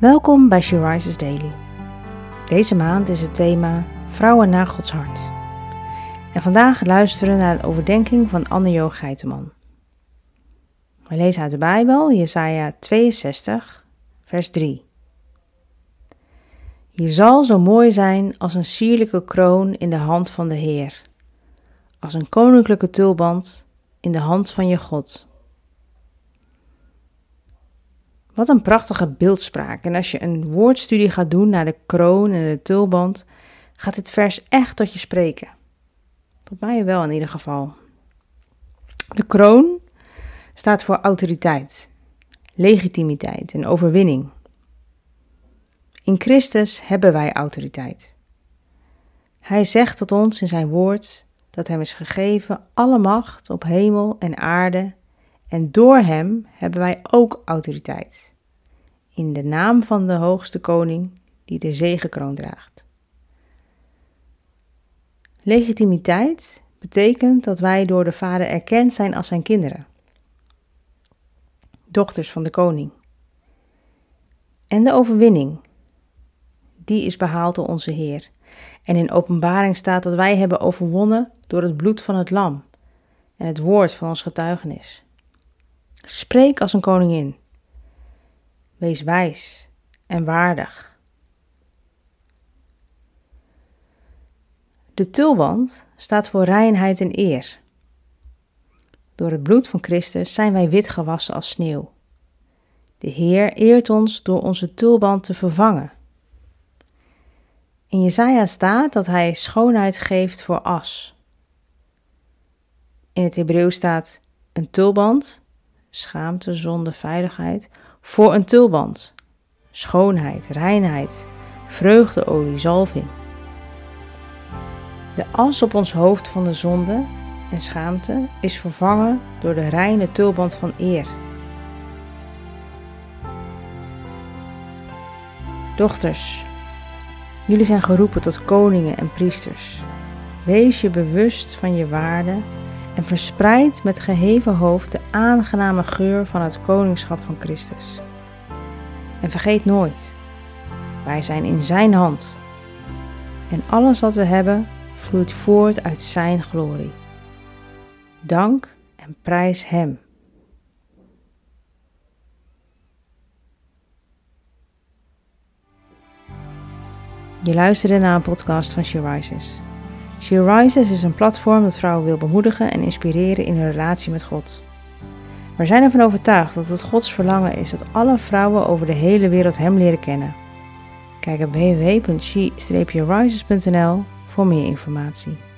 Welkom bij She Rises Daily. Deze maand is het thema Vrouwen naar Gods hart. En vandaag luisteren we naar een overdenking van Anne-Jo Geiteman. We lezen uit de Bijbel, Jesaja 62, vers 3. Je zal zo mooi zijn als een sierlijke kroon in de hand van de Heer, als een koninklijke tulband in de hand van je God. Wat een prachtige beeldspraak. En als je een woordstudie gaat doen naar de kroon en de tulband, gaat dit vers echt tot je spreken. Tot mij wel in ieder geval. De kroon staat voor autoriteit, legitimiteit en overwinning. In Christus hebben wij autoriteit. Hij zegt tot ons in zijn woord dat hem is gegeven alle macht op hemel en aarde. En door hem hebben wij ook autoriteit. In de naam van de hoogste koning die de zegekroon draagt. Legitimiteit betekent dat wij door de Vader erkend zijn als zijn kinderen. Dochters van de koning. En de overwinning, die is behaald door onze Heer. En in Openbaring staat dat wij hebben overwonnen door het bloed van het lam en het woord van ons getuigenis. Spreek als een koningin. Wees wijs en waardig. De tulband staat voor reinheid en eer. Door het bloed van Christus zijn wij wit gewassen als sneeuw. De Heer eert ons door onze tulband te vervangen. In Jesaja staat dat hij schoonheid geeft voor as. In het Hebreeuws staat een tulband, schaamte, zonde, veiligheid, voor een tulband, schoonheid, reinheid, vreugdeolie, zalving. De as op ons hoofd van de zonde en schaamte is vervangen door de reine tulband van eer. Dochters, jullie zijn geroepen tot koningen en priesters. Wees je bewust van je waarde en verspreid met geheven hoofd de aangename geur van het koningschap van Christus. En vergeet nooit, wij zijn in zijn hand. En alles wat we hebben vloeit voort uit zijn glorie. Dank en prijs hem. Je luisterde naar een podcast van She Rises. She Rises is een platform dat vrouwen wil bemoedigen en inspireren in hun relatie met God. We zijn ervan overtuigd dat het Gods verlangen is dat alle vrouwen over de hele wereld hem leren kennen. Kijk op www.she-rises.nl voor meer informatie.